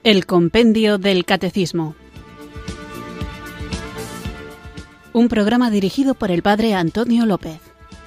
El Compendio del Catecismo. Un programa dirigido por el Padre Antonio López.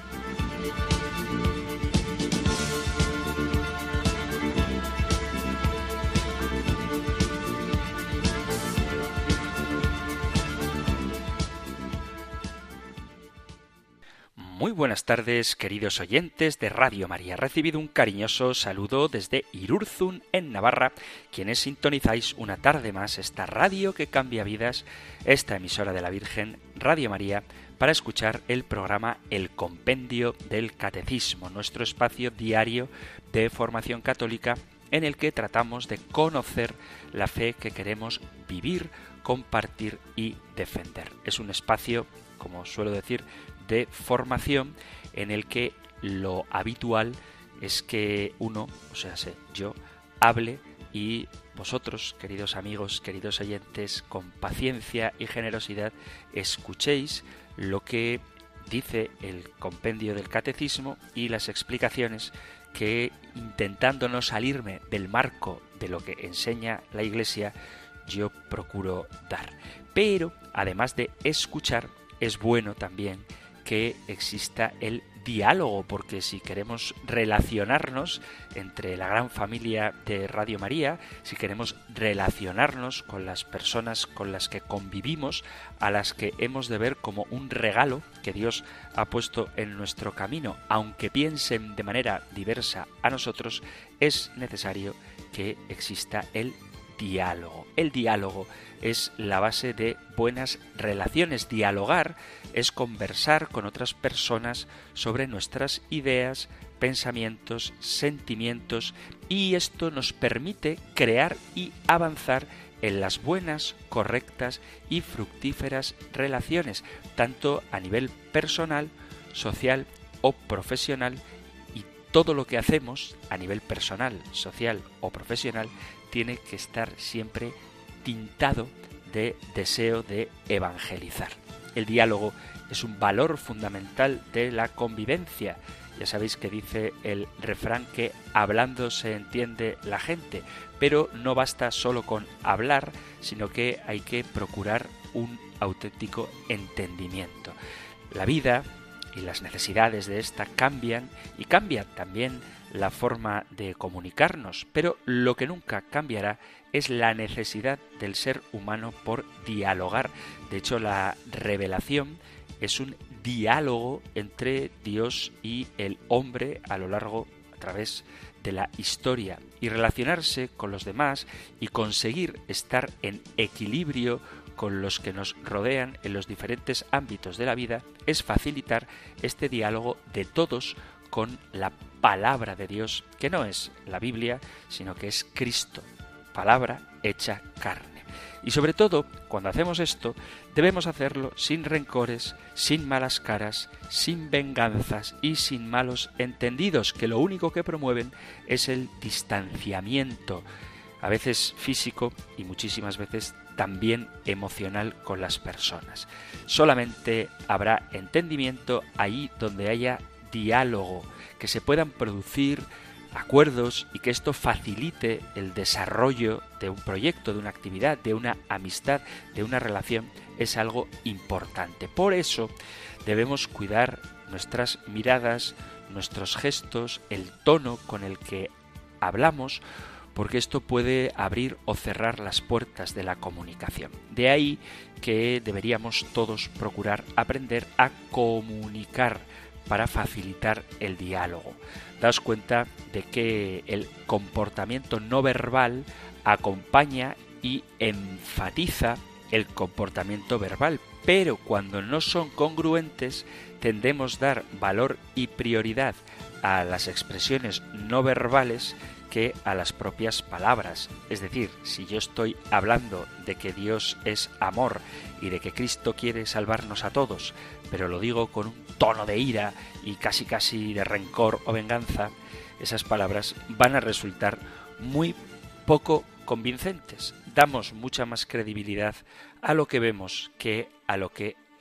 Muy buenas tardes, queridos oyentes de Radio María. Recibido un cariñoso saludo desde Irurzun, en Navarra, quienes sintonizáis una tarde más esta radio que cambia vidas, esta emisora de la Virgen, Radio María, para escuchar el programa El Compendio del Catecismo, nuestro espacio diario de formación católica en el que tratamos de conocer la fe que queremos vivir, compartir y defender. Es un espacio, como suelo decir, de formación en el que lo habitual es que uno, o sea, yo, hable y vosotros, queridos amigos, queridos oyentes, con paciencia y generosidad, escuchéis lo que dice el compendio del Catecismo y las explicaciones que, intentando no salirme del marco de lo que enseña la Iglesia, yo procuro dar. Pero, además de escuchar, es bueno también que exista el diálogo, porque si queremos relacionarnos entre la gran familia de Radio María, si queremos relacionarnos con las personas con las que convivimos, a las que hemos de ver como un regalo que Dios ha puesto en nuestro camino, aunque piensen de manera diversa a nosotros, es necesario que exista el diálogo. El diálogo es la base de buenas relaciones. Dialogar es conversar con otras personas sobre nuestras ideas, pensamientos, sentimientos, y esto nos permite crear y avanzar en las buenas, correctas y fructíferas relaciones, tanto a nivel personal, social o profesional, y todo lo que hacemos a nivel personal, social o profesional tiene que estar siempre tintado de deseo de evangelizar. El diálogo es un valor fundamental de la convivencia. Ya sabéis que dice el refrán que hablando se entiende la gente, pero no basta solo con hablar, sino que hay que procurar un auténtico entendimiento. La vida y las necesidades de esta cambian, y cambia también la forma de comunicarnos, pero lo que nunca cambiará es la necesidad del ser humano por dialogar. De hecho, la revelación es un diálogo entre Dios y el hombre a través de la historia, y relacionarse con los demás y conseguir estar en equilibrio con los que nos rodean en los diferentes ámbitos de la vida es facilitar este diálogo de todos con la palabra de Dios, que no es la Biblia, sino que es Cristo, palabra hecha carne. Y sobre todo, cuando hacemos esto, debemos hacerlo sin rencores, sin malas caras, sin venganzas y sin malos entendidos, que lo único que promueven es el distanciamiento, a veces físico y muchísimas veces también emocional con las personas. Solamente habrá entendimiento ahí donde haya diálogo, que se puedan producir acuerdos y que esto facilite el desarrollo de un proyecto, de una actividad, de una amistad, de una relación, es algo importante. Por eso debemos cuidar nuestras miradas, nuestros gestos, el tono con el que hablamos, porque esto puede abrir o cerrar las puertas de la comunicación. De ahí que deberíamos todos procurar aprender a comunicar para facilitar el diálogo. Daos cuenta de que el comportamiento no verbal acompaña y enfatiza el comportamiento verbal, pero cuando no son congruentes tendemos a dar valor y prioridad a las expresiones no verbales que a las propias palabras. Es decir, si yo estoy hablando de que Dios es amor y de que Cristo quiere salvarnos a todos, pero lo digo con un tono de ira y casi de rencor o venganza, esas palabras van a resultar muy poco convincentes. Damos mucha más credibilidad a lo que vemos que a lo que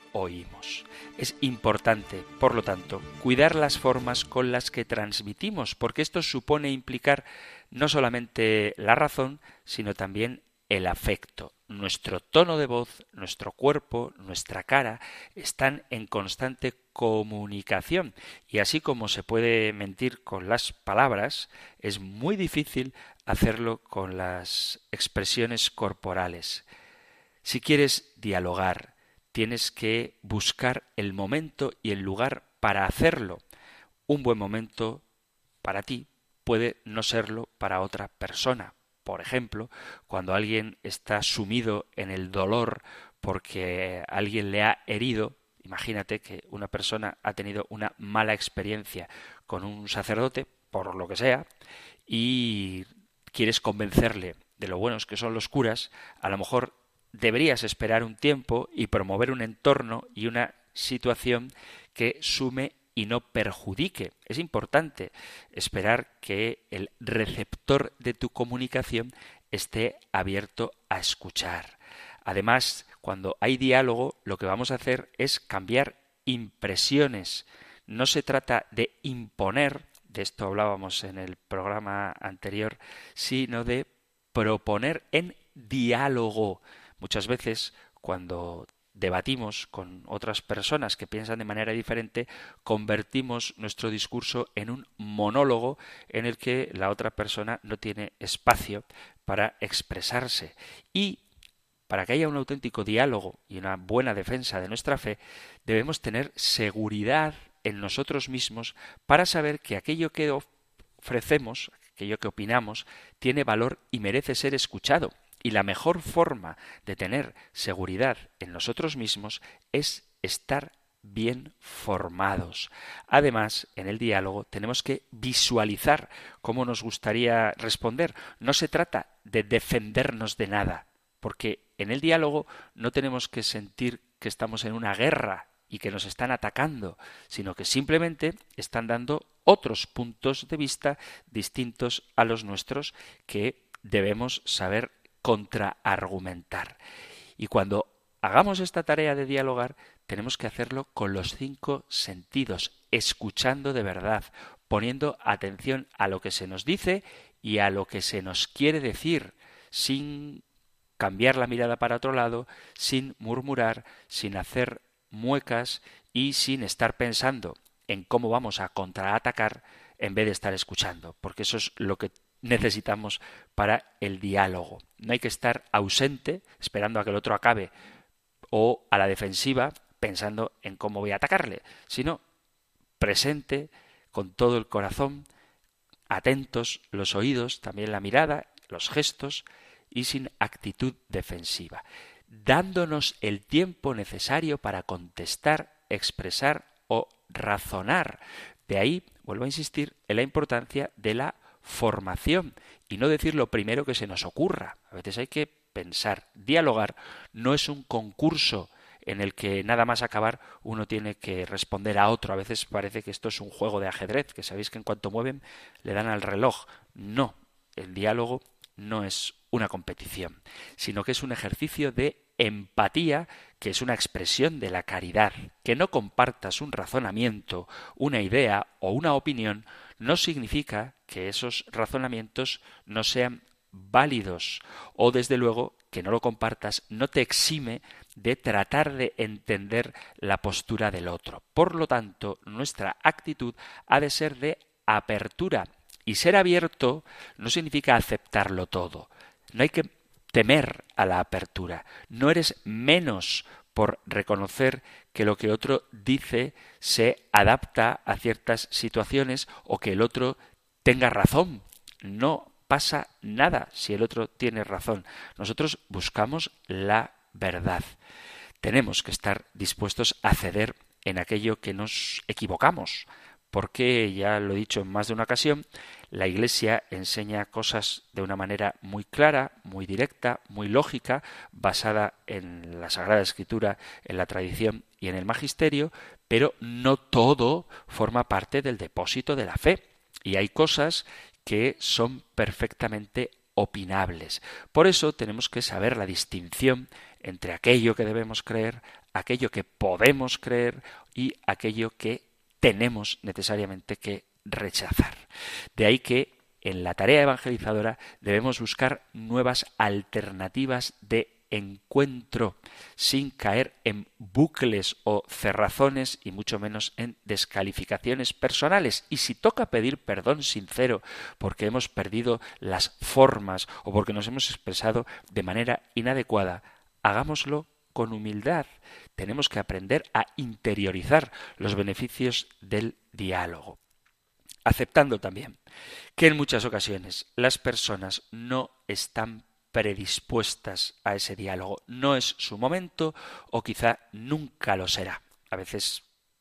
oímos. Es importante, por lo tanto, cuidar las formas con las que transmitimos, porque esto supone implicar no solamente la razón, sino también el afecto. Nuestro tono de voz, nuestro cuerpo, nuestra cara están en constante comunicación, y así como se puede mentir con las palabras, es muy difícil hacerlo con las expresiones corporales. Si quieres dialogar, tienes que buscar el momento y el lugar para hacerlo. Un buen momento para ti puede no serlo para otra persona. Por ejemplo, cuando alguien está sumido en el dolor porque alguien le ha herido, imagínate que una persona ha tenido una mala experiencia con un sacerdote, por lo que sea, y quieres convencerle de lo buenos que son los curas, a lo mejor deberías esperar un tiempo y promover un entorno y una situación que sume y no perjudique. Es importante esperar que el receptor de tu comunicación esté abierto a escuchar. Además, cuando hay diálogo, lo que vamos a hacer es cambiar impresiones. No se trata de imponer, de esto hablábamos en el programa anterior, sino de proponer en diálogo. Muchas veces, cuando debatimos con otras personas que piensan de manera diferente, convertimos nuestro discurso en un monólogo en el que la otra persona no tiene espacio para expresarse. Y para que haya un auténtico diálogo y una buena defensa de nuestra fe, debemos tener seguridad en nosotros mismos para saber que aquello que ofrecemos, aquello que opinamos, tiene valor y merece ser escuchado. Y la mejor forma de tener seguridad en nosotros mismos es estar bien formados. Además, en el diálogo tenemos que visualizar cómo nos gustaría responder. No se trata de defendernos de nada, porque en el diálogo no tenemos que sentir que estamos en una guerra y que nos están atacando, sino que simplemente están dando otros puntos de vista distintos a los nuestros que debemos saber contraargumentar. Y cuando hagamos esta tarea de dialogar, tenemos que hacerlo con los 5 sentidos, escuchando de verdad, poniendo atención a lo que se nos dice y a lo que se nos quiere decir, sin cambiar la mirada para otro lado, sin murmurar, sin hacer muecas y sin estar pensando en cómo vamos a contraatacar en vez de estar escuchando, porque eso es lo que necesitamos para el diálogo. No hay que estar ausente esperando a que el otro acabe o a la defensiva pensando en cómo voy a atacarle, sino presente con todo el corazón, atentos los oídos, también la mirada, los gestos y sin actitud defensiva, dándonos el tiempo necesario para contestar, expresar o razonar. De ahí, vuelvo a insistir, en la importancia de la formación y no decir lo primero que se nos ocurra. A veces hay que pensar. Dialogar no es un concurso en el que nada más acabar uno tiene que responder a otro. A veces parece que esto es un juego de ajedrez, que sabéis que en cuanto mueven le dan al reloj. No, el diálogo no es una competición, sino que es un ejercicio de empatía, que es una expresión de la caridad. Que no compartas un razonamiento, una idea o una opinión no significa que esos razonamientos no sean válidos, o desde luego que no lo compartas no te exime de tratar de entender la postura del otro. Por lo tanto, nuestra actitud ha de ser de apertura, y ser abierto no significa aceptarlo todo. No hay que temer a la apertura. No eres menos por reconocer que lo que otro dice se adapta a ciertas situaciones o que el otro tenga razón. No pasa nada si el otro tiene razón. Nosotros buscamos la verdad. Tenemos que estar dispuestos a ceder en aquello que nos equivocamos, porque, ya lo he dicho en más de una ocasión, la Iglesia enseña cosas de una manera muy clara, muy directa, muy lógica, basada en la Sagrada Escritura, en la tradición y en el magisterio, pero no todo forma parte del depósito de la fe. Y hay cosas que son perfectamente opinables. Por eso tenemos que saber la distinción entre aquello que debemos creer, aquello que podemos creer y aquello que tenemos necesariamente que rechazar. De ahí que en la tarea evangelizadora debemos buscar nuevas alternativas de encuentro sin caer en bucles o cerrazones y mucho menos en descalificaciones personales. Y si toca pedir perdón sincero porque hemos perdido las formas o porque nos hemos expresado de manera inadecuada, hagámoslo con humildad. Tenemos que aprender a interiorizar los beneficios del diálogo, aceptando también que en muchas ocasiones las personas no están predispuestas a ese diálogo. No es su momento o quizá nunca lo será. A veces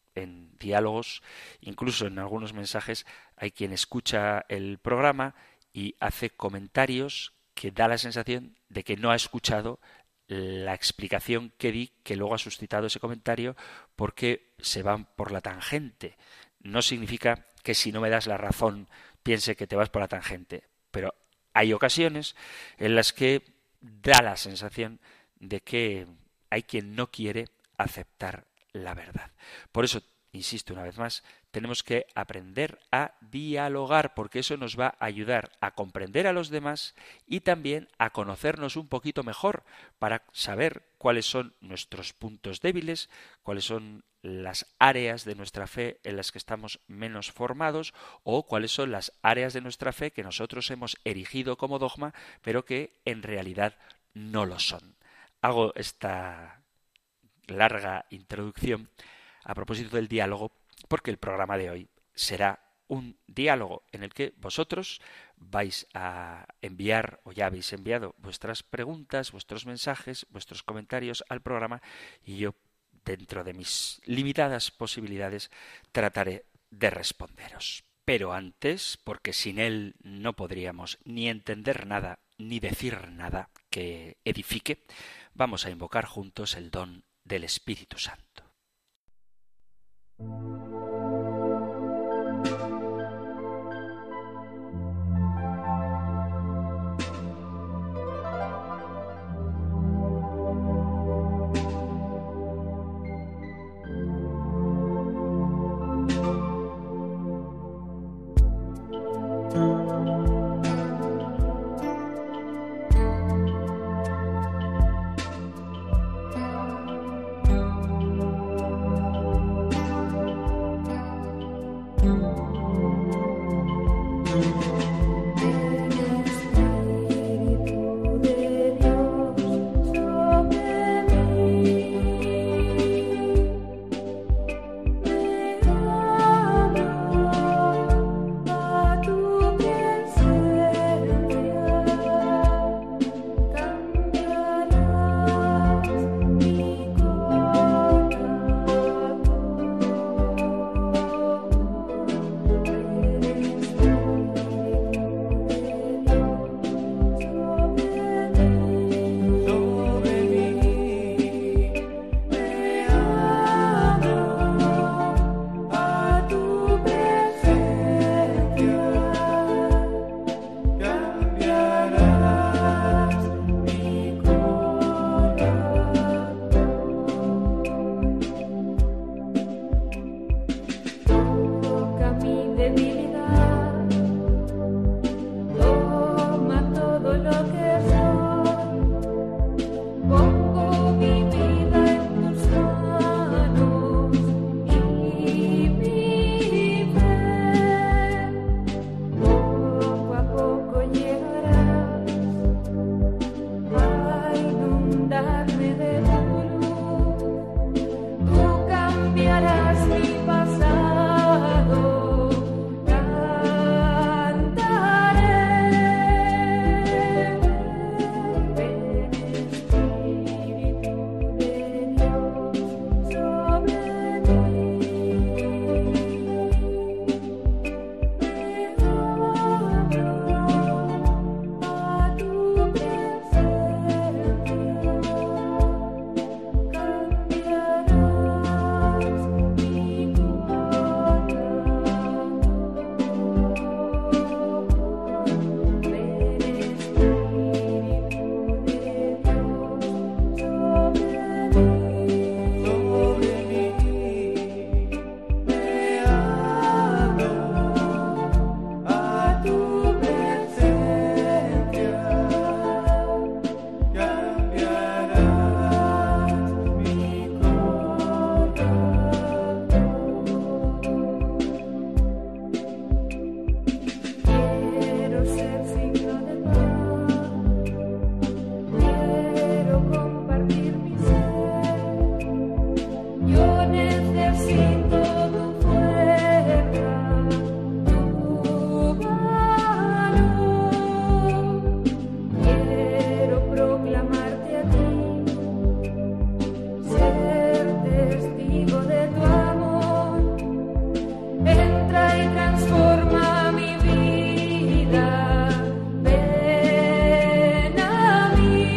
en diálogos, incluso en algunos mensajes, hay quien escucha el programa y hace comentarios que da la sensación de que no ha escuchado la explicación que di, que luego ha suscitado ese comentario, porque se van por la tangente. No significa que si no me das la razón piense que te vas por la tangente, pero hay ocasiones en las que da la sensación de que hay quien no quiere aceptar la verdad. Por eso, insisto una vez más, tenemos que aprender a dialogar, porque eso nos va a ayudar a comprender a los demás y también a conocernos un poquito mejor para saber cuáles son nuestros puntos débiles, cuáles son las áreas de nuestra fe en las que estamos menos formados o cuáles son las áreas de nuestra fe que nosotros hemos erigido como dogma, pero que en realidad no lo son. Hago esta larga introducción a propósito del diálogo, porque el programa de hoy será un diálogo en el que vosotros vais a enviar, o ya habéis enviado, vuestras preguntas, vuestros mensajes, vuestros comentarios al programa, y yo, dentro de mis limitadas posibilidades, trataré de responderos. Pero antes, porque sin él no podríamos ni entender nada, ni decir nada que edifique, vamos a invocar juntos el don del Espíritu Santo. queda y transforma mi vida. Ven a mí.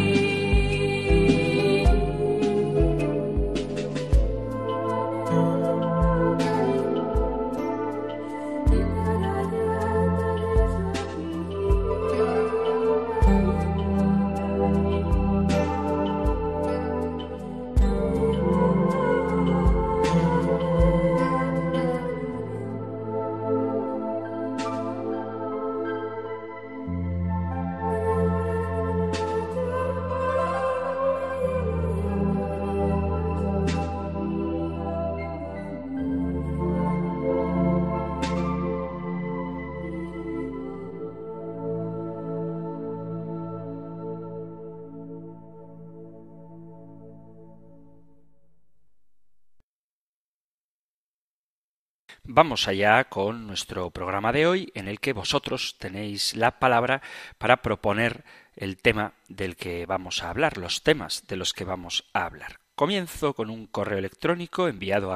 Vamos allá con nuestro programa de hoy, en el que vosotros tenéis la palabra para proponer el tema del que vamos a hablar, los temas de los que vamos a hablar. Comienzo con un correo electrónico enviado a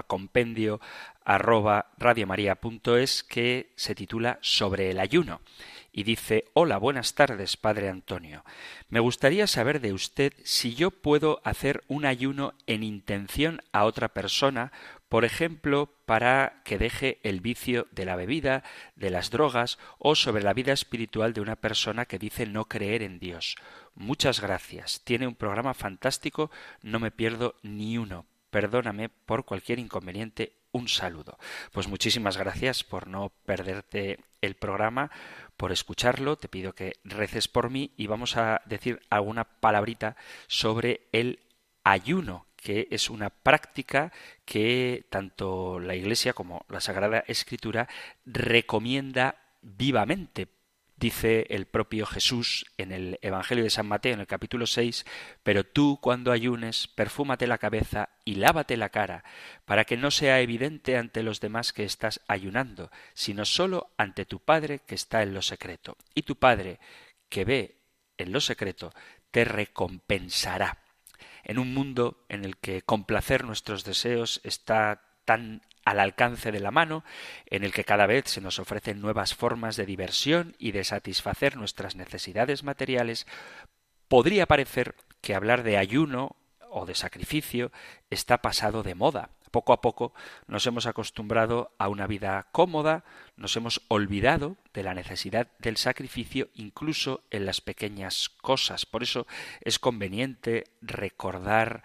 compendio@radiomaria.es que se titula Sobre el ayuno y dice: Hola, buenas tardes, Padre Antonio. Me gustaría saber de usted si yo puedo hacer un ayuno en intención a otra persona, por ejemplo, para que deje el vicio de la bebida, de las drogas o sobre la vida espiritual de una persona que dice no creer en Dios. Muchas gracias. Tiene un programa fantástico, no me pierdo ni uno. Perdóname por cualquier inconveniente. Un saludo. Pues muchísimas gracias por no perderte el programa, por escucharlo. Te pido que reces por mí y vamos a decir alguna palabrita sobre el ayuno, que es una práctica que tanto la Iglesia como la Sagrada Escritura recomienda vivamente. Dice el propio Jesús en el Evangelio de San Mateo, en el capítulo 6, pero tú cuando ayunes, perfúmate la cabeza y lávate la cara, para que no sea evidente ante los demás que estás ayunando, sino solo ante tu Padre que está en lo secreto. Y tu Padre, que ve en lo secreto, te recompensará. En un mundo en el que complacer nuestros deseos está tan al alcance de la mano, en el que cada vez se nos ofrecen nuevas formas de diversión y de satisfacer nuestras necesidades materiales, podría parecer que hablar de ayuno o de sacrificio está pasado de moda. Poco a poco nos hemos acostumbrado a una vida cómoda, nos hemos olvidado de la necesidad del sacrificio incluso en las pequeñas cosas. Por eso es conveniente recordar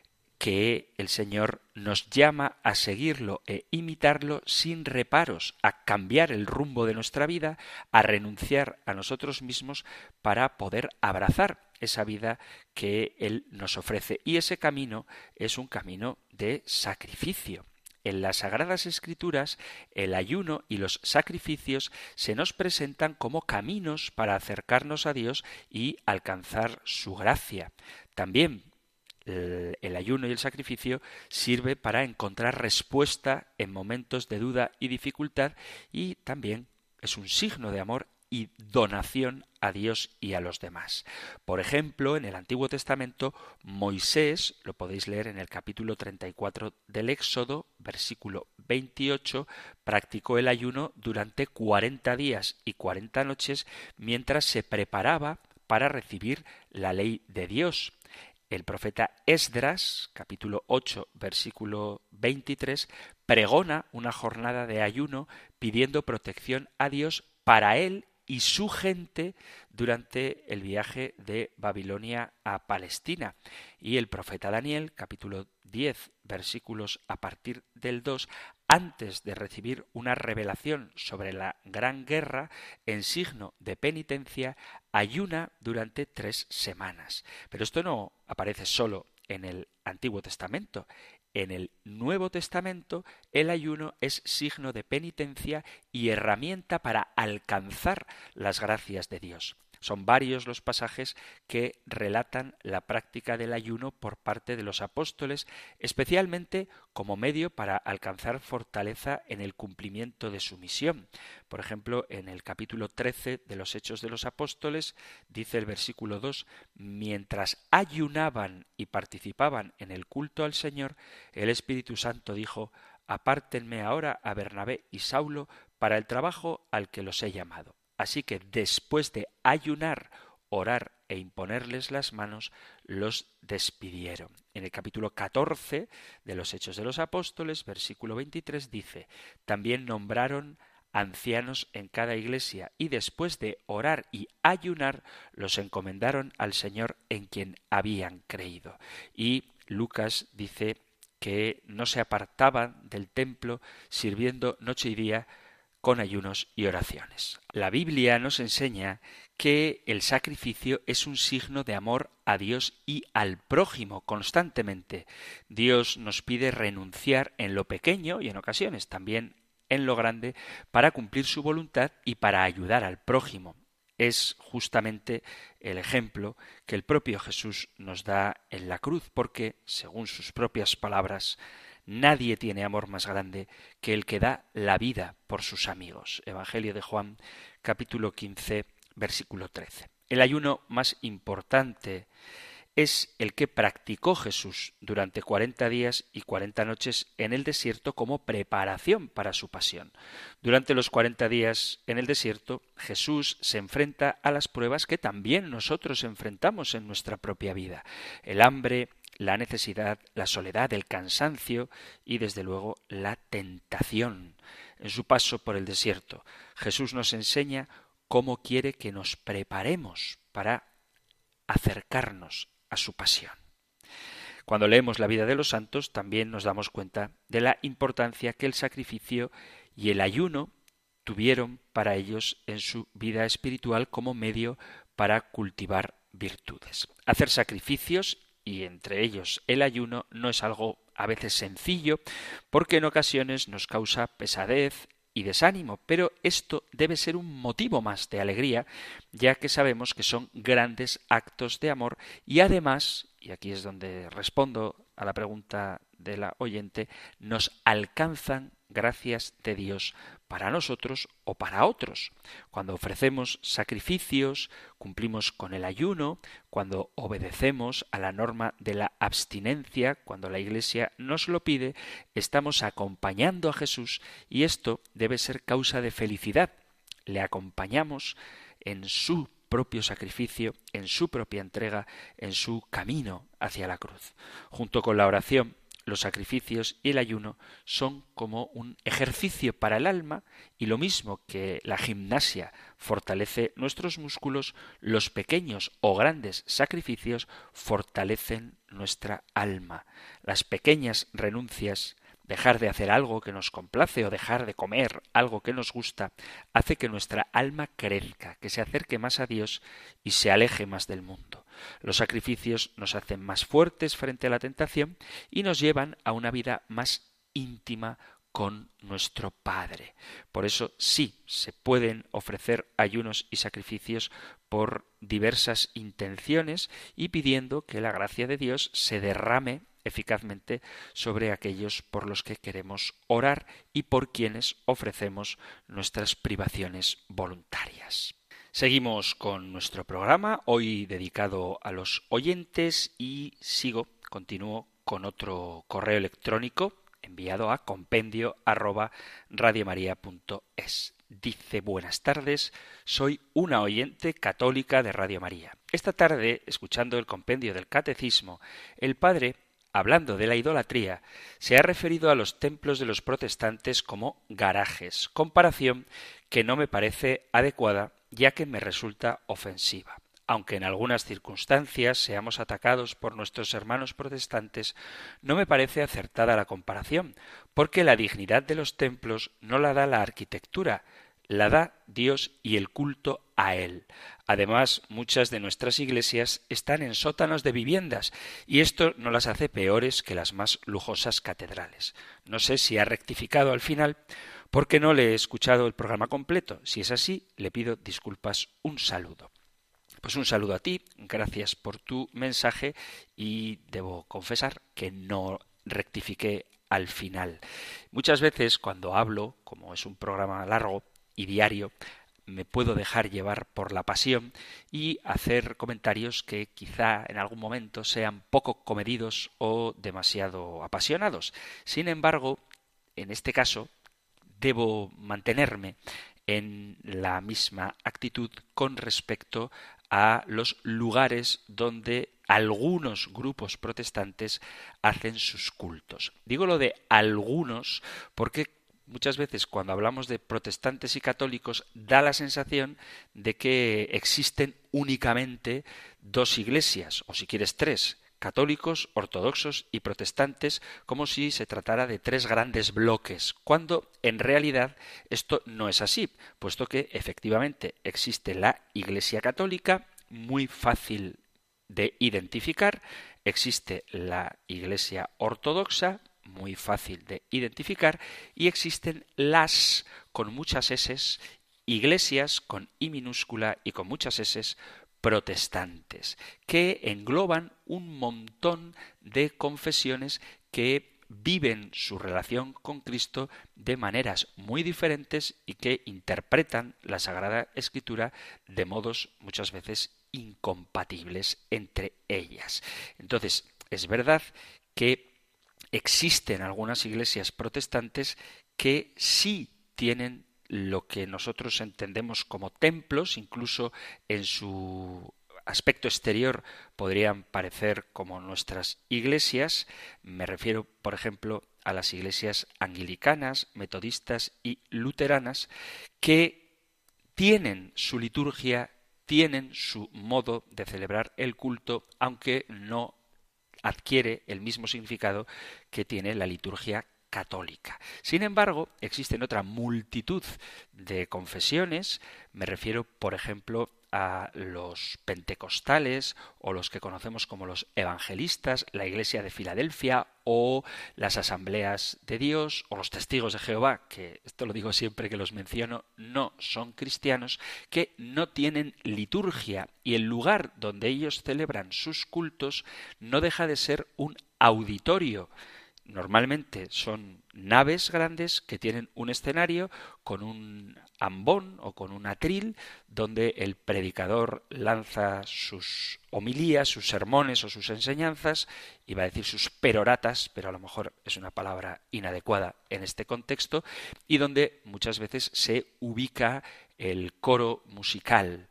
que el Señor nos llama a seguirlo e imitarlo sin reparos, a cambiar el rumbo de nuestra vida, a renunciar a nosotros mismos para poder abrazar esa vida que Él nos ofrece. Y ese camino es un camino de sacrificio. En las Sagradas Escrituras, el ayuno y los sacrificios se nos presentan como caminos para acercarnos a Dios y alcanzar su gracia. También el ayuno y el sacrificio sirve para encontrar respuesta en momentos de duda y dificultad, y también es un signo de amor y donación a Dios y a los demás. Por ejemplo, en el Antiguo Testamento, Moisés, lo podéis leer en el capítulo 34 del Éxodo, versículo 28, practicó el ayuno durante 40 días y 40 noches mientras se preparaba para recibir la ley de Dios. El profeta Esdras, capítulo 8, versículo 23, pregona una jornada de ayuno pidiendo protección a Dios para él y su gente durante el viaje de Babilonia a Palestina. Y el profeta Daniel, capítulo 10, versículos a partir del 2, antes de recibir una revelación sobre la gran guerra, en signo de penitencia, ayuna durante 3 semanas. Pero esto no aparece solo en el Antiguo Testamento. En el Nuevo Testamento, el ayuno es signo de penitencia y herramienta para alcanzar las gracias de Dios. Son varios los pasajes que relatan la práctica del ayuno por parte de los apóstoles, especialmente como medio para alcanzar fortaleza en el cumplimiento de su misión. Por ejemplo, en el capítulo 13 de los Hechos de los Apóstoles, dice el versículo 2, mientras ayunaban y participaban en el culto al Señor, el Espíritu Santo dijo: apártenme ahora a Bernabé y Saulo para el trabajo al que los he llamado. Así que después de ayunar, orar e imponerles las manos, los despidieron. En el capítulo 14 de los Hechos de los Apóstoles, versículo 23, dice: también nombraron ancianos en cada iglesia y después de orar y ayunar, los encomendaron al Señor en quien habían creído. Y Lucas dice que no se apartaban del templo sirviendo noche y día con ayunos y oraciones. La Biblia nos enseña que el sacrificio es un signo de amor a Dios y al prójimo constantemente. Dios nos pide renunciar en lo pequeño y en ocasiones también en lo grande para cumplir su voluntad y para ayudar al prójimo. Es justamente el ejemplo que el propio Jesús nos da en la cruz, porque, según sus propias palabras, nadie tiene amor más grande que el que da la vida por sus amigos. Evangelio de Juan, capítulo 15, versículo 13. El ayuno más importante es el que practicó Jesús durante 40 días y 40 noches en el desierto como preparación para su pasión. Durante los 40 días en el desierto, Jesús se enfrenta a las pruebas que también nosotros enfrentamos en nuestra propia vida: el hambre, la necesidad, la soledad, el cansancio y, desde luego, la tentación. En su paso por el desierto, Jesús nos enseña cómo quiere que nos preparemos para acercarnos a su pasión. Cuando leemos la vida de los santos, también nos damos cuenta de la importancia que el sacrificio y el ayuno tuvieron para ellos en su vida espiritual como medio para cultivar virtudes. Hacer sacrificios, y entre ellos el ayuno, no es algo a veces sencillo, porque en ocasiones nos causa pesadez y desánimo, pero esto debe ser un motivo más de alegría, ya que sabemos que son grandes actos de amor y además, y aquí es donde respondo a la pregunta de la oyente, nos alcanzan gracias de Dios para nosotros o para otros. Cuando ofrecemos sacrificios, cumplimos con el ayuno, cuando obedecemos a la norma de la abstinencia, cuando la Iglesia nos lo pide, estamos acompañando a Jesús y esto debe ser causa de felicidad. Le acompañamos en su propio sacrificio, en su propia entrega, en su camino hacia la cruz. Junto con la oración, los sacrificios y el ayuno son como un ejercicio para el alma y lo mismo que la gimnasia fortalece nuestros músculos, los pequeños o grandes sacrificios fortalecen nuestra alma. Las pequeñas renuncias, dejar de hacer algo que nos complace o dejar de comer algo que nos gusta, hace que nuestra alma crezca, que se acerque más a Dios y se aleje más del mundo. Los sacrificios nos hacen más fuertes frente a la tentación y nos llevan a una vida más íntima con nuestro Padre. Por eso sí, se pueden ofrecer ayunos y sacrificios por diversas intenciones y pidiendo que la gracia de Dios se derrame eficazmente sobre aquellos por los que queremos orar y por quienes ofrecemos nuestras privaciones voluntarias. Seguimos con nuestro programa, hoy dedicado a los oyentes, y continúo con otro correo electrónico enviado a compendio@radiomaria.es. Dice: buenas tardes, soy una oyente católica de Radio María. Esta tarde, escuchando el compendio del Catecismo, el padre, hablando de la idolatría, se ha referido a los templos de los protestantes como garajes, comparación que no me parece adecuada, ya que me resulta ofensiva. Aunque en algunas circunstancias seamos atacados por nuestros hermanos protestantes, no me parece acertada la comparación, porque la dignidad de los templos no la da la arquitectura, la da Dios y el culto a Él. Además, muchas de nuestras iglesias están en sótanos de viviendas y esto no las hace peores que las más lujosas catedrales. No sé si ha rectificado al final porque no le he escuchado el programa completo. Si es así, le pido disculpas. Un saludo. Pues un saludo a ti, gracias por tu mensaje y debo confesar que no rectifiqué al final. Muchas veces cuando hablo, como es un programa largo y diario, me puedo dejar llevar por la pasión y hacer comentarios que quizá en algún momento sean poco comedidos o demasiado apasionados. Sin embargo, en este caso, debo mantenerme en la misma actitud con respecto a los lugares donde algunos grupos protestantes hacen sus cultos. Digo lo de algunos porque muchas veces cuando hablamos de protestantes y católicos da la sensación de que existen únicamente dos iglesias, o si quieres tres, católicos, ortodoxos y protestantes, como si se tratara de tres grandes bloques, cuando en realidad esto no es así, puesto que efectivamente existe la Iglesia Católica, muy fácil de identificar, existe la Iglesia Ortodoxa, muy fácil de identificar, y existen las, con muchas eses, iglesias con I minúscula y con muchas eses, protestantes, que engloban un montón de confesiones que viven su relación con Cristo de maneras muy diferentes y que interpretan la Sagrada Escritura de modos muchas veces incompatibles entre ellas. Entonces, es verdad que existen algunas iglesias protestantes que sí tienen lo que nosotros entendemos como templos, incluso en su aspecto exterior podrían parecer como nuestras iglesias. Me refiero, por ejemplo, a las iglesias anglicanas, metodistas y luteranas, que tienen su liturgia, tienen su modo de celebrar el culto, aunque no adquiere el mismo significado que tiene la liturgia católica. Sin embargo, existen otra multitud de confesiones, me refiero, por ejemplo, a los pentecostales o los que conocemos como los evangelistas, la Iglesia de Filadelfia o las Asambleas de Dios o los Testigos de Jehová, que esto lo digo siempre que los menciono, no son cristianos, que no tienen liturgia y el lugar donde ellos celebran sus cultos no deja de ser un auditorio. Normalmente son naves grandes que tienen un escenario con un ambón o con un atril donde el predicador lanza sus homilías, sus sermones o sus enseñanzas, iba a decir sus peroratas, pero a lo mejor es una palabra inadecuada en este contexto, y donde muchas veces se ubica el coro musical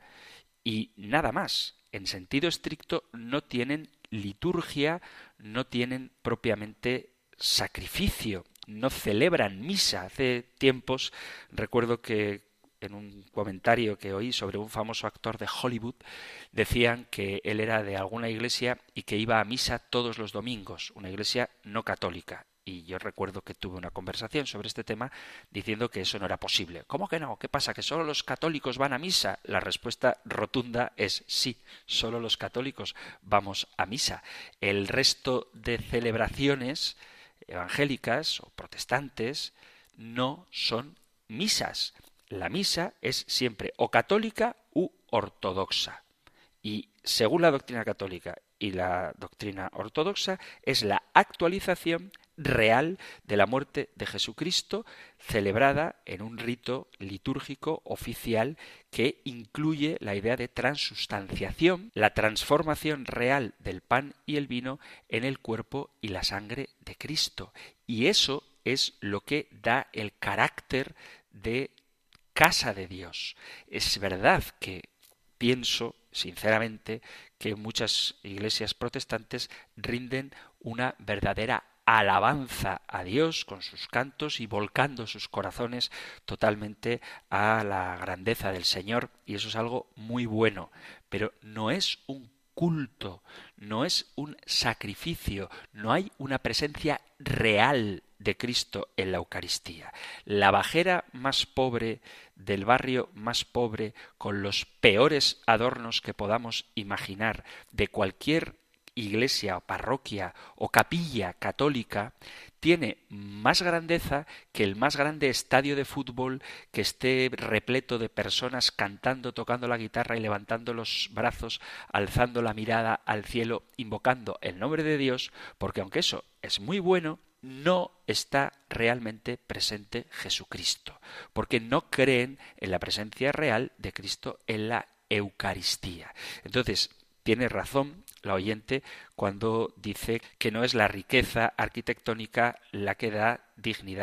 y nada más. En sentido estricto no tienen liturgia, no tienen propiamente sacrificio, no celebran misa. Hace tiempos recuerdo que en un comentario que oí sobre un famoso actor de Hollywood decían que él era de alguna iglesia y que iba a misa todos los domingos, una iglesia no católica. Y yo recuerdo que tuve una conversación sobre este tema diciendo que eso no era posible. ¿Cómo que no? ¿Qué pasa? ¿Que solo los católicos van a misa? La respuesta rotunda es sí, solo los católicos vamos a misa. El resto de celebraciones evangélicas o protestantes no son misas. La misa es siempre o católica u ortodoxa. Y según la doctrina católica y la doctrina ortodoxa, es la actualización real de la muerte de Jesucristo, celebrada en un rito litúrgico oficial que incluye la idea de transustanciación, la transformación real del pan y el vino en el cuerpo y la sangre de Cristo. Y eso es lo que da el carácter de casa de Dios. Es verdad que pienso sinceramente que muchas iglesias protestantes rinden una verdadera alabanza a Dios con sus cantos y volcando sus corazones totalmente a la grandeza del Señor, y eso es algo muy bueno, pero no es un culto, no es un sacrificio, no hay una presencia real de Cristo en la Eucaristía. La bajera más pobre del barrio más pobre, con los peores adornos que podamos imaginar de cualquier iglesia o parroquia o capilla católica, tiene más grandeza que el más grande estadio de fútbol que esté repleto de personas cantando, tocando la guitarra y levantando los brazos, alzando la mirada al cielo, invocando el nombre de Dios, porque aunque eso es muy bueno, no está realmente presente Jesucristo, porque no creen en la presencia real de Cristo en la Eucaristía. Entonces, tiene razón la oyente cuando dice que no es la riqueza arquitectónica la que da dignidad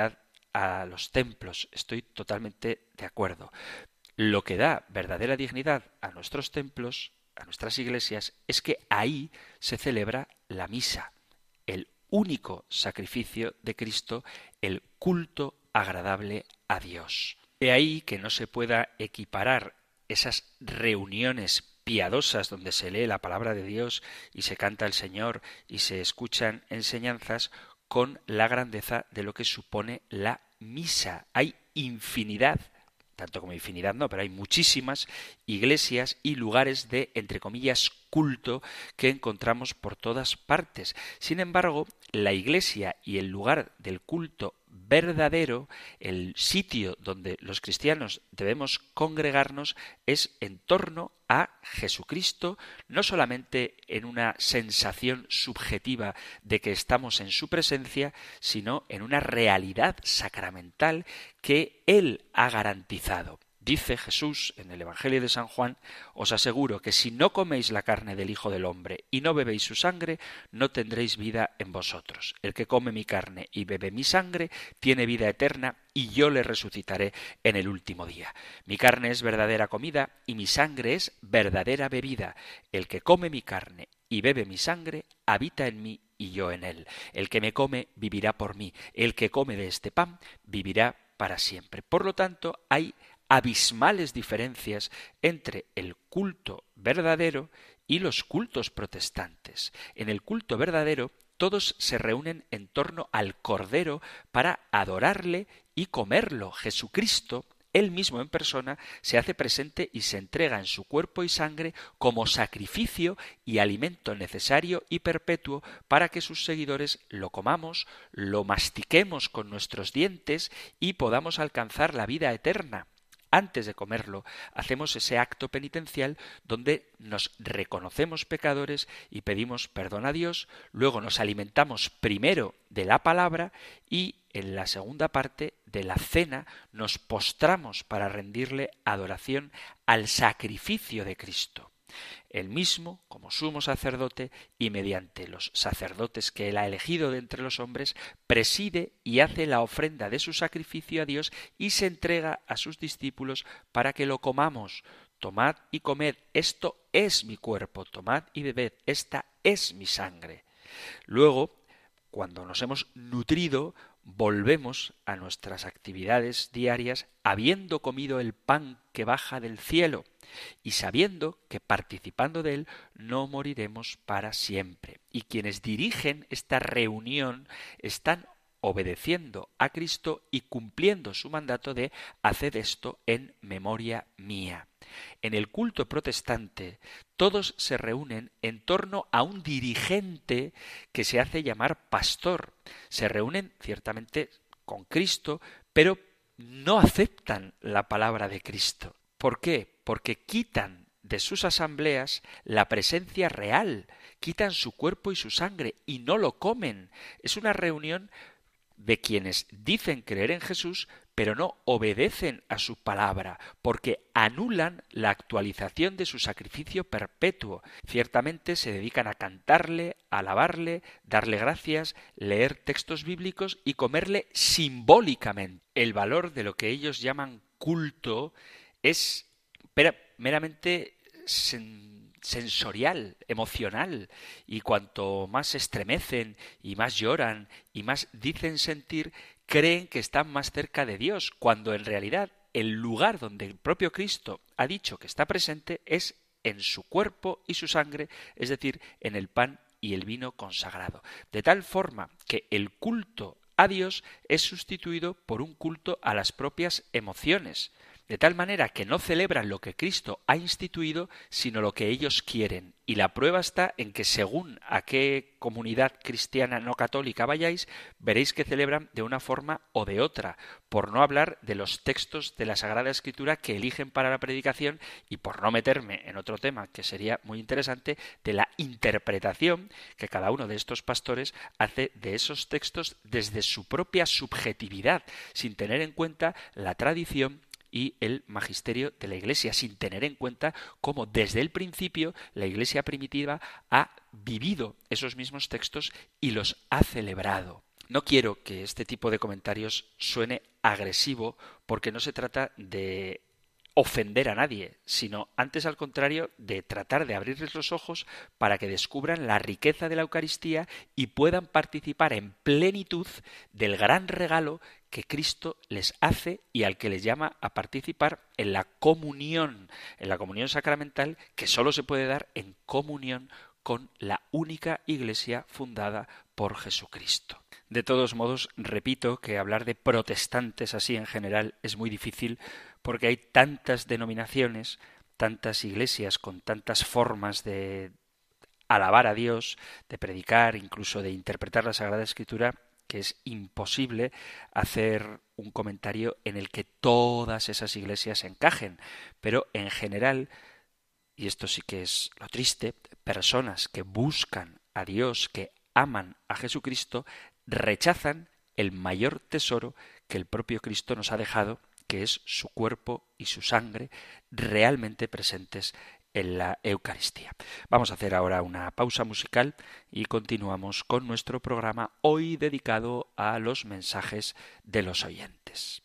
a los templos. Estoy totalmente de acuerdo. Lo que da verdadera dignidad a nuestros templos, a nuestras iglesias, es que ahí se celebra la misa, el único sacrificio de Cristo, el culto agradable a Dios. De ahí que no se pueda equiparar esas reuniones piadosas donde se lee la palabra de Dios y se canta el Señor y se escuchan enseñanzas con la grandeza de lo que supone la misa. Hay infinidad, tanto como infinidad no, pero hay muchísimas iglesias y lugares de, entre comillas, culto que encontramos por todas partes. Sin embargo, la iglesia y el lugar del culto verdadero, el sitio donde los cristianos debemos congregarnos, es en torno a Jesucristo, no solamente en una sensación subjetiva de que estamos en su presencia, sino en una realidad sacramental que Él ha garantizado. Dice Jesús en el Evangelio de San Juan: os aseguro que si no coméis la carne del Hijo del Hombre y no bebéis su sangre, no tendréis vida en vosotros. El que come mi carne y bebe mi sangre tiene vida eterna, y yo le resucitaré en el último día. Mi carne es verdadera comida y mi sangre es verdadera bebida. El que come mi carne y bebe mi sangre habita en mí y yo en él. El que me come vivirá por mí. El que come de este pan vivirá para siempre. Por lo tanto, hay abismales diferencias entre el culto verdadero y los cultos protestantes. En el culto verdadero, todos se reúnen en torno al Cordero para adorarle y comerlo. Jesucristo, Él mismo en persona, se hace presente y se entrega en su cuerpo y sangre como sacrificio y alimento necesario y perpetuo para que sus seguidores lo comamos, lo mastiquemos con nuestros dientes y podamos alcanzar la vida eterna. Antes de comerlo, hacemos ese acto penitencial donde nos reconocemos pecadores y pedimos perdón a Dios, luego nos alimentamos primero de la palabra y en la segunda parte de la cena nos postramos para rendirle adoración al sacrificio de Cristo. Él mismo, como sumo sacerdote y mediante los sacerdotes que Él ha elegido de entre los hombres, preside y hace la ofrenda de su sacrificio a Dios y se entrega a sus discípulos para que lo comamos. Tomad y comed, esto es mi cuerpo, tomad y bebed, esta es mi sangre. Luego, cuando nos hemos nutrido, volvemos a nuestras actividades diarias habiendo comido el pan que baja del cielo y sabiendo que participando de él no moriremos para siempre. Y quienes dirigen esta reunión están obedeciendo a Cristo y cumpliendo su mandato de haced esto en memoria mía. En el culto protestante todos se reúnen en torno a un dirigente que se hace llamar pastor. Se reúnen ciertamente con Cristo, pero no aceptan la palabra de Cristo. ¿Por qué? Porque quitan de sus asambleas la presencia real, quitan su cuerpo y su sangre y no lo comen. Es una reunión de quienes dicen creer en Jesús, pero no obedecen a su palabra, porque anulan la actualización de su sacrificio perpetuo. Ciertamente se dedican a cantarle, a alabarle, darle gracias, leer textos bíblicos y comerle simbólicamente. El valor de lo que ellos llaman culto es meramente sensorial, emocional, y cuanto más se estremecen y más lloran y más dicen sentir, creen que están más cerca de Dios, cuando en realidad el lugar donde el propio Cristo ha dicho que está presente es en su cuerpo y su sangre, es decir, en el pan y el vino consagrado. De tal forma que el culto a Dios es sustituido por un culto a las propias emociones, de tal manera que no celebran lo que Cristo ha instituido, sino lo que ellos quieren. Y la prueba está en que según a qué comunidad cristiana no católica vayáis, veréis que celebran de una forma o de otra, por no hablar de los textos de la Sagrada Escritura que eligen para la predicación y por no meterme en otro tema que sería muy interesante, de la interpretación que cada uno de estos pastores hace de esos textos desde su propia subjetividad, sin tener en cuenta la tradición y el magisterio de la Iglesia, sin tener en cuenta cómo desde el principio la Iglesia primitiva ha vivido esos mismos textos y los ha celebrado. No quiero que este tipo de comentarios suene agresivo, porque no se trata de ofender a nadie, sino antes al contrario de tratar de abrirles los ojos para que descubran la riqueza de la Eucaristía y puedan participar en plenitud del gran regalo que Cristo les hace y al que les llama a participar en la comunión sacramental, que solo se puede dar en comunión con la única Iglesia fundada por Jesucristo. De todos modos, repito que hablar de protestantes así en general es muy difícil, porque hay tantas denominaciones, tantas iglesias con tantas formas de alabar a Dios, de predicar, incluso de interpretar la Sagrada Escritura, que es imposible hacer un comentario en el que todas esas iglesias encajen. Pero en general, y esto sí que es lo triste, personas que buscan a Dios, que aman a Jesucristo, rechazan el mayor tesoro que el propio Cristo nos ha dejado, que es su cuerpo y su sangre realmente presentes en la Eucaristía. Vamos a hacer ahora una pausa musical y continuamos con nuestro programa, hoy dedicado a los mensajes de los oyentes.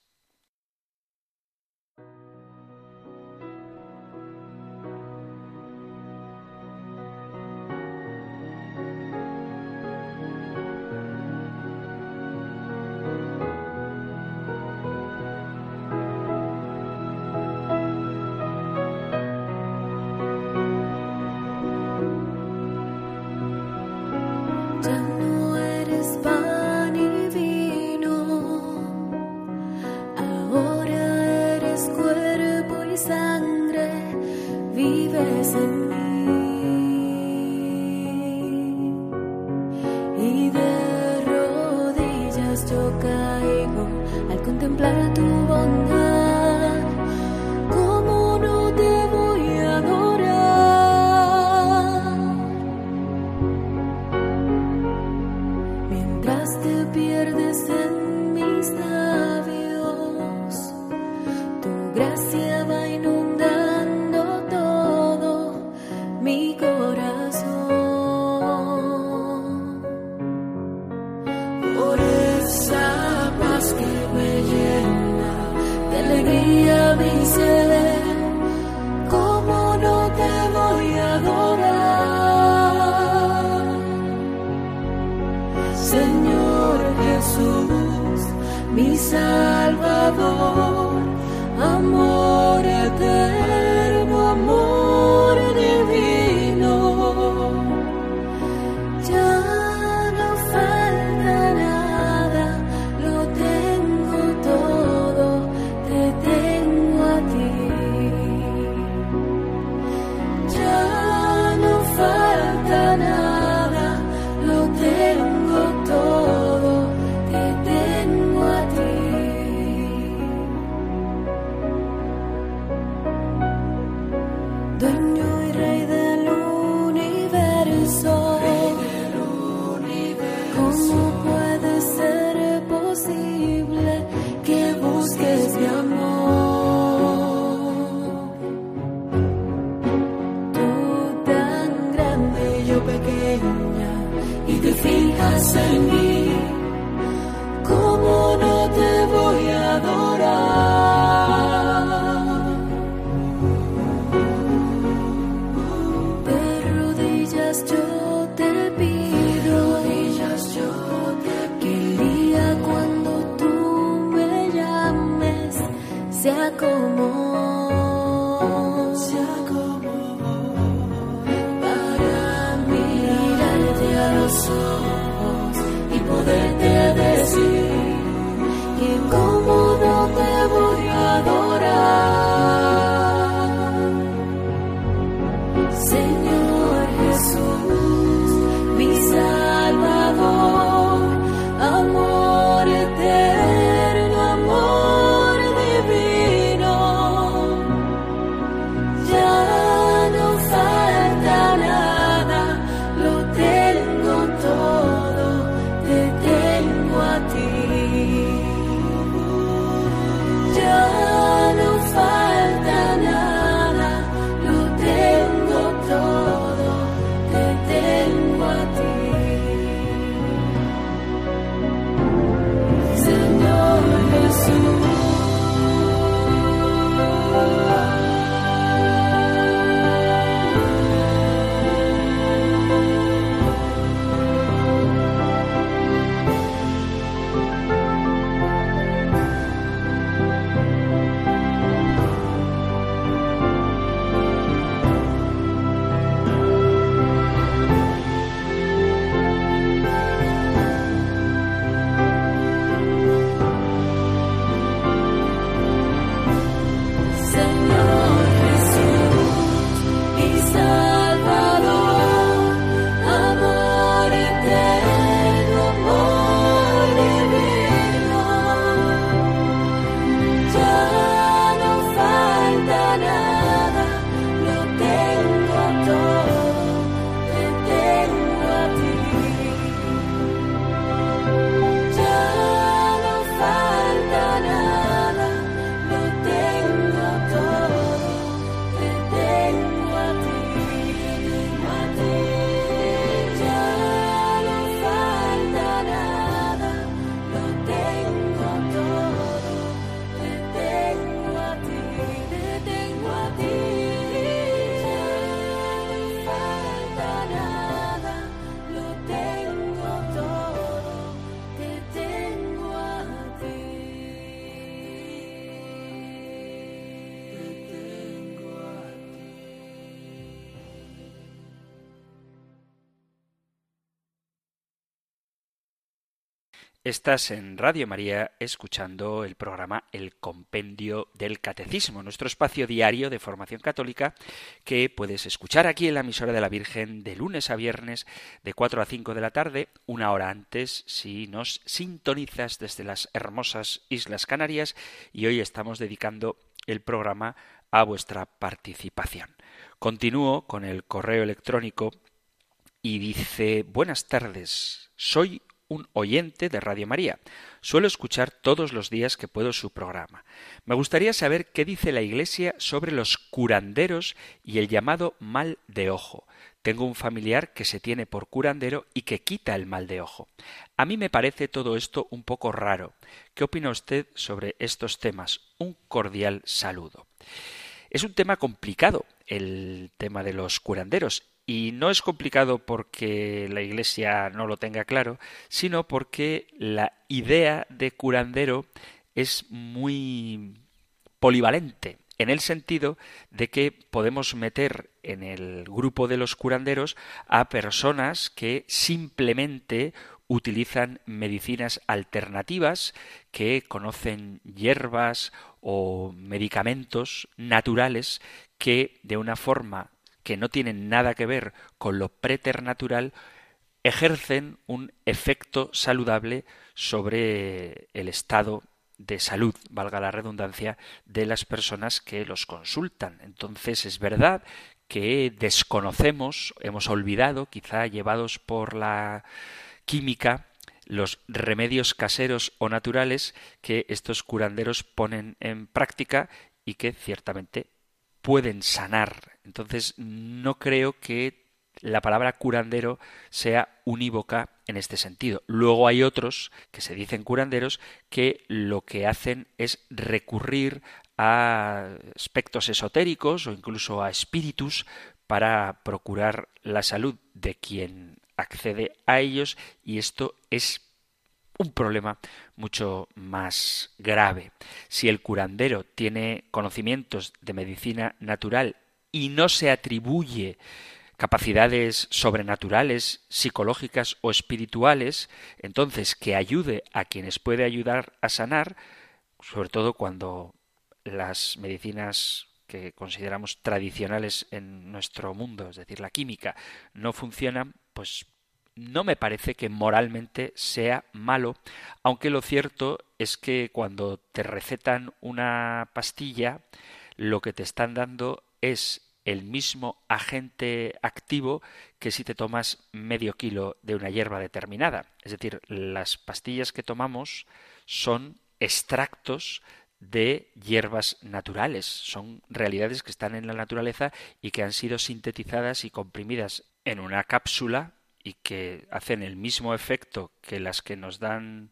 Tengo todo, te tengo a ti. Estás en Radio María escuchando el programa El Compendio del Catecismo, nuestro espacio diario de formación católica que puedes escuchar aquí en la emisora de la Virgen de lunes a viernes de 4 a 5 de la tarde, una hora antes si nos sintonizas desde las hermosas Islas Canarias, y hoy estamos dedicando el programa a vuestra participación. Continúo con el correo electrónico y dice: buenas tardes, soy un oyente de Radio María. Suelo escuchar todos los días que puedo su programa. Me gustaría saber qué dice la Iglesia sobre los curanderos y el llamado mal de ojo. Tengo un familiar que se tiene por curandero y que quita el mal de ojo. A mí me parece todo esto un poco raro. ¿Qué opina usted sobre estos temas? Un cordial saludo. Es un tema complicado, el tema de los curanderos. Y no es complicado porque la Iglesia no lo tenga claro, sino porque la idea de curandero es muy polivalente, en el sentido de que podemos meter en el grupo de los curanderos a personas que simplemente utilizan medicinas alternativas, que conocen hierbas o medicamentos naturales que de una forma que no tienen nada que ver con lo preternatural, ejercen un efecto saludable sobre el estado de salud, valga la redundancia, de las personas que los consultan. Entonces es verdad que desconocemos, hemos olvidado, quizá llevados por la química, los remedios caseros o naturales que estos curanderos ponen en práctica y que ciertamente pueden sanar. Entonces no creo que la palabra curandero sea unívoca en este sentido. Luego hay otros que se dicen curanderos que lo que hacen es recurrir a aspectos esotéricos o incluso a espíritus para procurar la salud de quien accede a ellos, y esto es un problema mucho más grave. Si el curandero tiene conocimientos de medicina natural y no se atribuye capacidades sobrenaturales, psicológicas o espirituales, entonces que ayude a quienes puede ayudar a sanar, sobre todo cuando las medicinas que consideramos tradicionales en nuestro mundo, es decir, la química, no funcionan, pues no me parece que moralmente sea malo, aunque lo cierto es que cuando te recetan una pastilla, lo que te están dando es el mismo agente activo que si te tomas medio kilo de una hierba determinada. Es decir, las pastillas que tomamos son extractos de hierbas naturales, son realidades que están en la naturaleza y que han sido sintetizadas y comprimidas en una cápsula y que hacen el mismo efecto que las que nos dan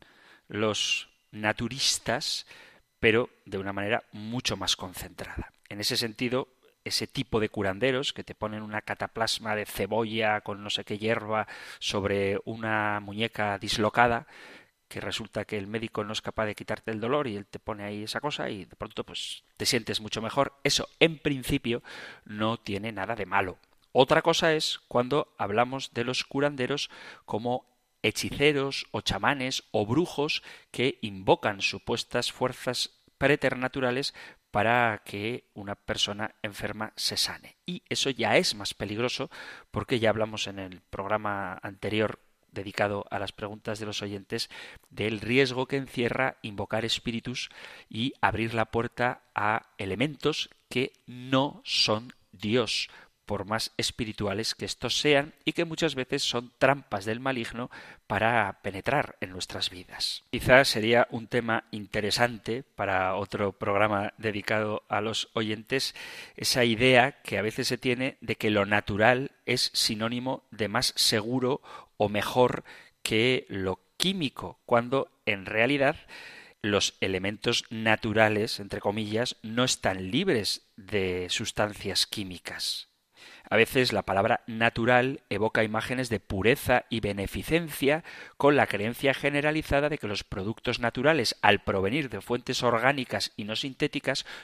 los naturistas, pero de una manera mucho más concentrada. En ese sentido, ese tipo de curanderos que te ponen una cataplasma de cebolla con no sé qué hierba sobre una muñeca dislocada, que resulta que el médico no es capaz de quitarte el dolor y él te pone ahí esa cosa y de pronto pues te sientes mucho mejor. Eso en principio no tiene nada de malo. Otra cosa es cuando hablamos de los curanderos como hechiceros o chamanes o brujos que invocan supuestas fuerzas preternaturales para que una persona enferma se sane. Y eso ya es más peligroso porque ya hablamos en el programa anterior dedicado a las preguntas de los oyentes del riesgo que encierra invocar espíritus y abrir la puerta a elementos que no son Dios, por más espirituales que estos sean, y que muchas veces son trampas del maligno para penetrar en nuestras vidas. Quizás sería un tema interesante para otro programa dedicado a los oyentes, esa idea que a veces se tiene de que lo natural es sinónimo de más seguro o mejor que lo químico, cuando en realidad los elementos naturales, entre comillas, no están libres de sustancias químicas. A veces la palabra natural evoca imágenes de pureza y beneficencia, con la creencia generalizada de que los productos naturales, al provenir de fuentes orgánicas y no sintéticas, son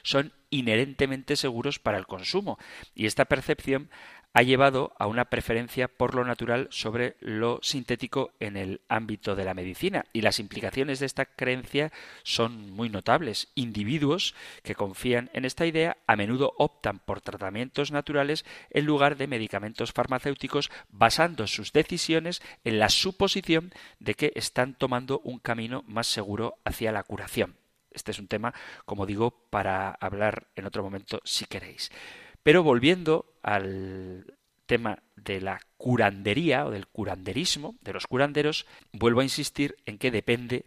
inherentemente seguros para el consumo. Y esta percepción ha llevado a una preferencia por lo natural sobre lo sintético en el ámbito de la medicina. Y las implicaciones de esta creencia son muy notables. Individuos que confían en esta idea a menudo optan por tratamientos naturales en lugar de medicamentos farmacéuticos, basando sus decisiones en la suposición de que están tomando un camino más seguro hacia la curación. Este es un tema, como digo, para hablar en otro momento si queréis. Pero volviendo al tema de la curandería o del curanderismo, de los curanderos, vuelvo a insistir en que depende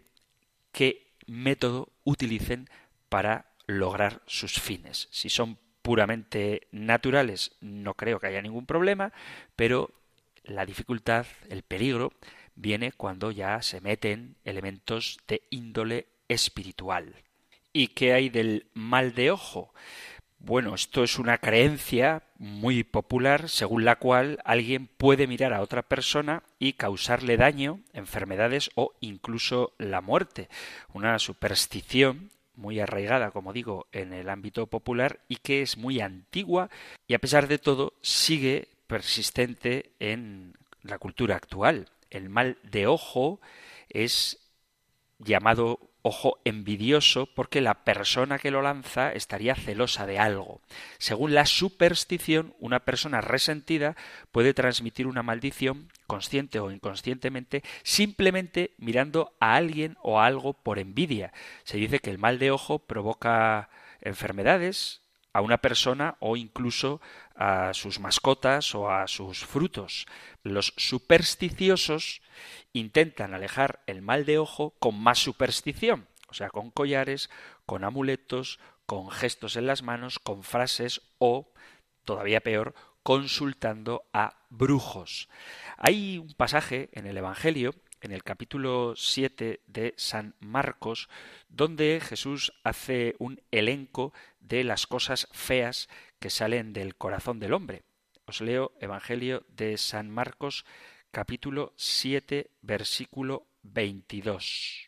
qué método utilicen para lograr sus fines. Si son puramente naturales, no creo que haya ningún problema, pero la dificultad, el peligro, viene cuando ya se meten elementos de índole espiritual. ¿Y qué hay del mal de ojo? Bueno, esto es una creencia muy popular según la cual alguien puede mirar a otra persona y causarle daño, enfermedades o incluso la muerte. Una superstición muy arraigada, como digo, en el ámbito popular y que es muy antigua y a pesar de todo sigue persistente en la cultura actual. El mal de ojo es llamado ojo envidioso porque la persona que lo lanza estaría celosa de algo. Según la superstición, una persona resentida puede transmitir una maldición, consciente o inconscientemente, simplemente mirando a alguien o a algo por envidia. Se dice que el mal de ojo provoca enfermedades a una persona o incluso a sus mascotas o a sus frutos. Los supersticiosos intentan alejar el mal de ojo con más superstición, o sea, con collares, con amuletos, con gestos en las manos, con frases o, todavía peor, consultando a brujos. Hay un pasaje en el Evangelio, en el capítulo 7 de San Marcos, donde Jesús hace un elenco de las cosas feas que salen del corazón del hombre. Os leo Evangelio de San Marcos, capítulo 7, versículo 22.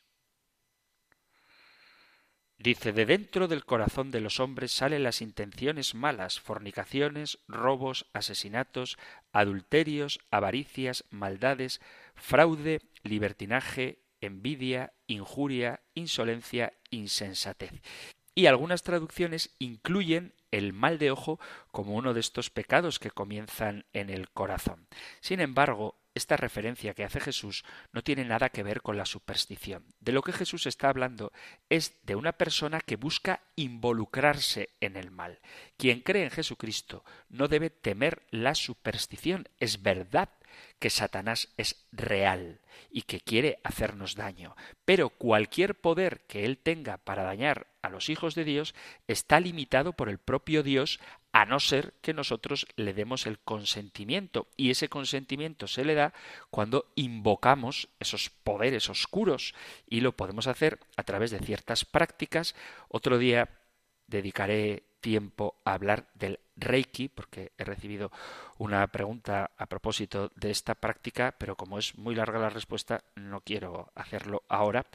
Dice, de dentro del corazón de los hombres salen las intenciones malas, fornicaciones, robos, asesinatos, adulterios, avaricias, maldades, fraude, libertinaje, envidia, injuria, insolencia, insensatez. Y algunas traducciones incluyen el mal de ojo como uno de estos pecados que comienzan en el corazón. Sin embargo, esta referencia que hace Jesús no tiene nada que ver con la superstición. De lo que Jesús está hablando es de una persona que busca involucrarse en el mal. Quien cree en Jesucristo no debe temer la superstición. Es verdad que Satanás es real y que quiere hacernos daño, pero cualquier poder que él tenga para dañar a los hijos de Dios está limitado por el propio Dios, a no ser que nosotros le demos el consentimiento, y ese consentimiento se le da cuando invocamos esos poderes oscuros, y lo podemos hacer a través de ciertas prácticas. Otro día dedicaré tiempo a hablar del Reiki, porque he recibido una pregunta a propósito de esta práctica, pero como es muy larga la respuesta, no quiero hacerlo ahora.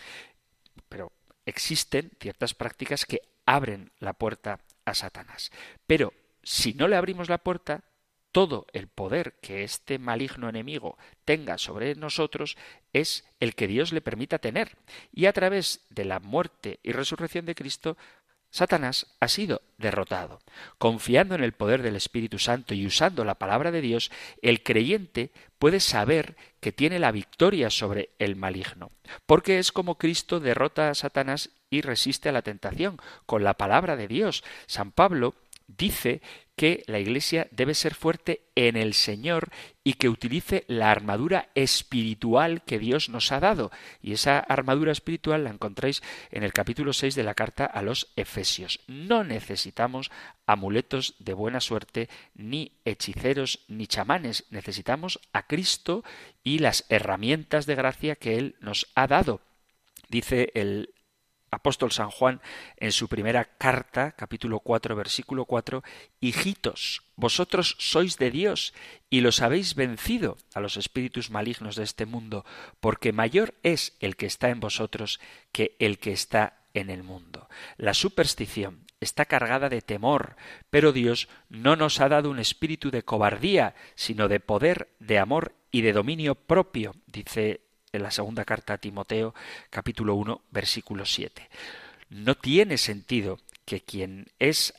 Pero existen ciertas prácticas que abren la puerta a Satanás. Pero si no le abrimos la puerta, todo el poder que este maligno enemigo tenga sobre nosotros es el que Dios le permita tener. Y a través de la muerte y resurrección de Cristo, Satanás ha sido derrotado. Confiando en el poder del Espíritu Santo y usando la palabra de Dios, el creyente puede saber que tiene la victoria sobre el maligno, porque es como Cristo derrota a Satanás y resiste a la tentación, con la palabra de Dios. San Pablo dice que la Iglesia debe ser fuerte en el Señor y que utilice la armadura espiritual que Dios nos ha dado. Y esa armadura espiritual la encontráis en el capítulo 6 de la carta a los Efesios. No necesitamos amuletos de buena suerte, ni hechiceros, ni chamanes. Necesitamos a Cristo y las herramientas de gracia que Él nos ha dado. Dice el apóstol San Juan en su primera carta, capítulo 4, versículo 4, hijitos, vosotros sois de Dios y los habéis vencido a los espíritus malignos de este mundo, porque mayor es el que está en vosotros que el que está en el mundo. La superstición está cargada de temor, pero Dios no nos ha dado un espíritu de cobardía, sino de poder, de amor y de dominio propio, dice en la segunda carta a Timoteo, capítulo 1, versículo 7. No tiene sentido que quien es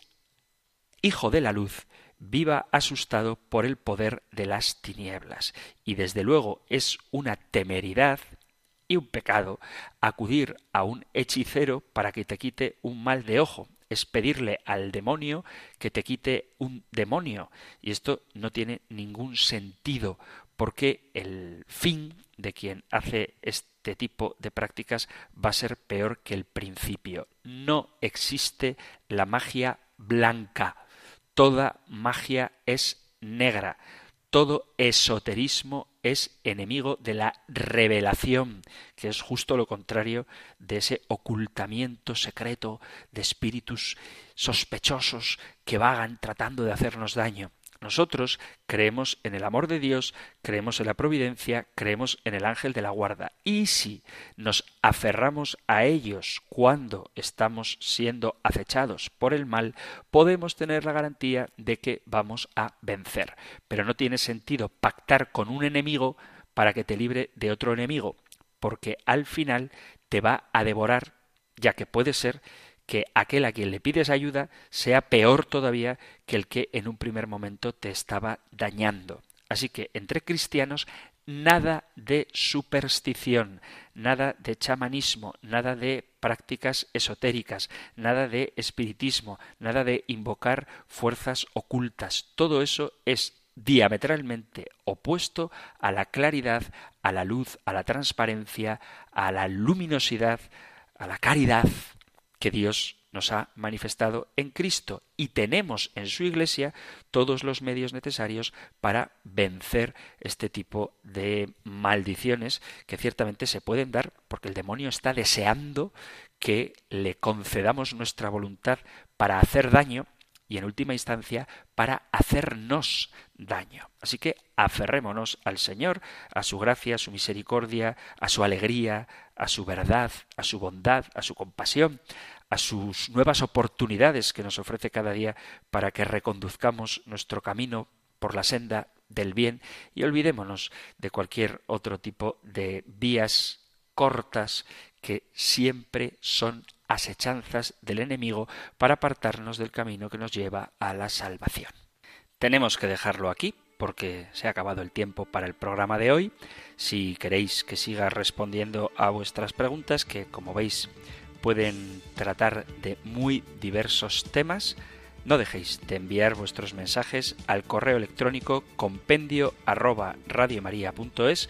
hijo de la luz viva asustado por el poder de las tinieblas. Y desde luego es una temeridad y un pecado acudir a un hechicero para que te quite un mal de ojo. Es pedirle al demonio que te quite un demonio. Y esto no tiene ningún sentido, porque el fin de quien hace este tipo de prácticas va a ser peor que el principio. No existe la magia blanca. Toda magia es negra. Todo esoterismo es enemigo de la revelación, que es justo lo contrario de ese ocultamiento secreto de espíritus sospechosos que vagan tratando de hacernos daño. Nosotros creemos en el amor de Dios, creemos en la providencia, creemos en el ángel de la guarda. Y si nos aferramos a ellos cuando estamos siendo acechados por el mal, podemos tener la garantía de que vamos a vencer. Pero no tiene sentido pactar con un enemigo para que te libre de otro enemigo, porque al final te va a devorar, ya que puede ser que aquel a quien le pides ayuda sea peor todavía que el que en un primer momento te estaba dañando. Así que entre cristianos nada de superstición, nada de chamanismo, nada de prácticas esotéricas, nada de espiritismo, nada de invocar fuerzas ocultas. Todo eso es diametralmente opuesto a la claridad, a la luz, a la transparencia, a la luminosidad, a la caridad que Dios nos ha manifestado en Cristo, y tenemos en su Iglesia todos los medios necesarios para vencer este tipo de maldiciones que ciertamente se pueden dar porque el demonio está deseando que le concedamos nuestra voluntad para hacer daño y en última instancia para hacernos daño. Así que aferrémonos al Señor, a su gracia, a su misericordia, a su alegría, a su verdad, a su bondad, a su compasión, a sus nuevas oportunidades que nos ofrece cada día para que reconduzcamos nuestro camino por la senda del bien y olvidémonos de cualquier otro tipo de vías cortas que siempre son asechanzas del enemigo para apartarnos del camino que nos lleva a la salvación. Tenemos que dejarlo aquí porque se ha acabado el tiempo para el programa de hoy. Si queréis que siga respondiendo a vuestras preguntas, que como veis pueden tratar de muy diversos temas, no dejéis de enviar vuestros mensajes al correo electrónico compendio@radiomaria.es,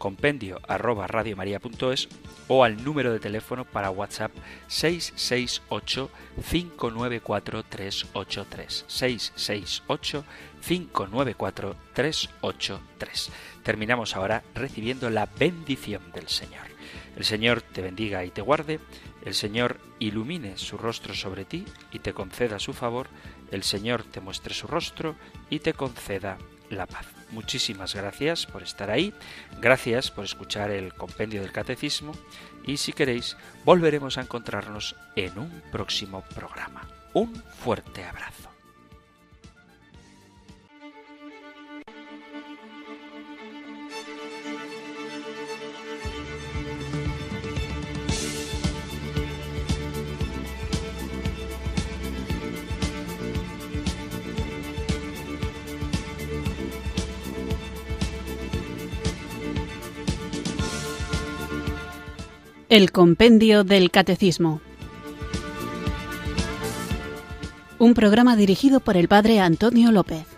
compendio@radiomaria.es, o al número de teléfono para WhatsApp 668-594-383, 668-594-383. Terminamos ahora recibiendo la bendición del Señor. El Señor te bendiga y te guarde, el Señor ilumine su rostro sobre ti y te conceda su favor, el Señor te muestre su rostro y te conceda la paz. Muchísimas gracias por estar ahí, gracias por escuchar el compendio del Catecismo y si queréis volveremos a encontrarnos en un próximo programa. Un fuerte abrazo. El compendio del Catecismo. Un programa dirigido por el Padre Antonio López.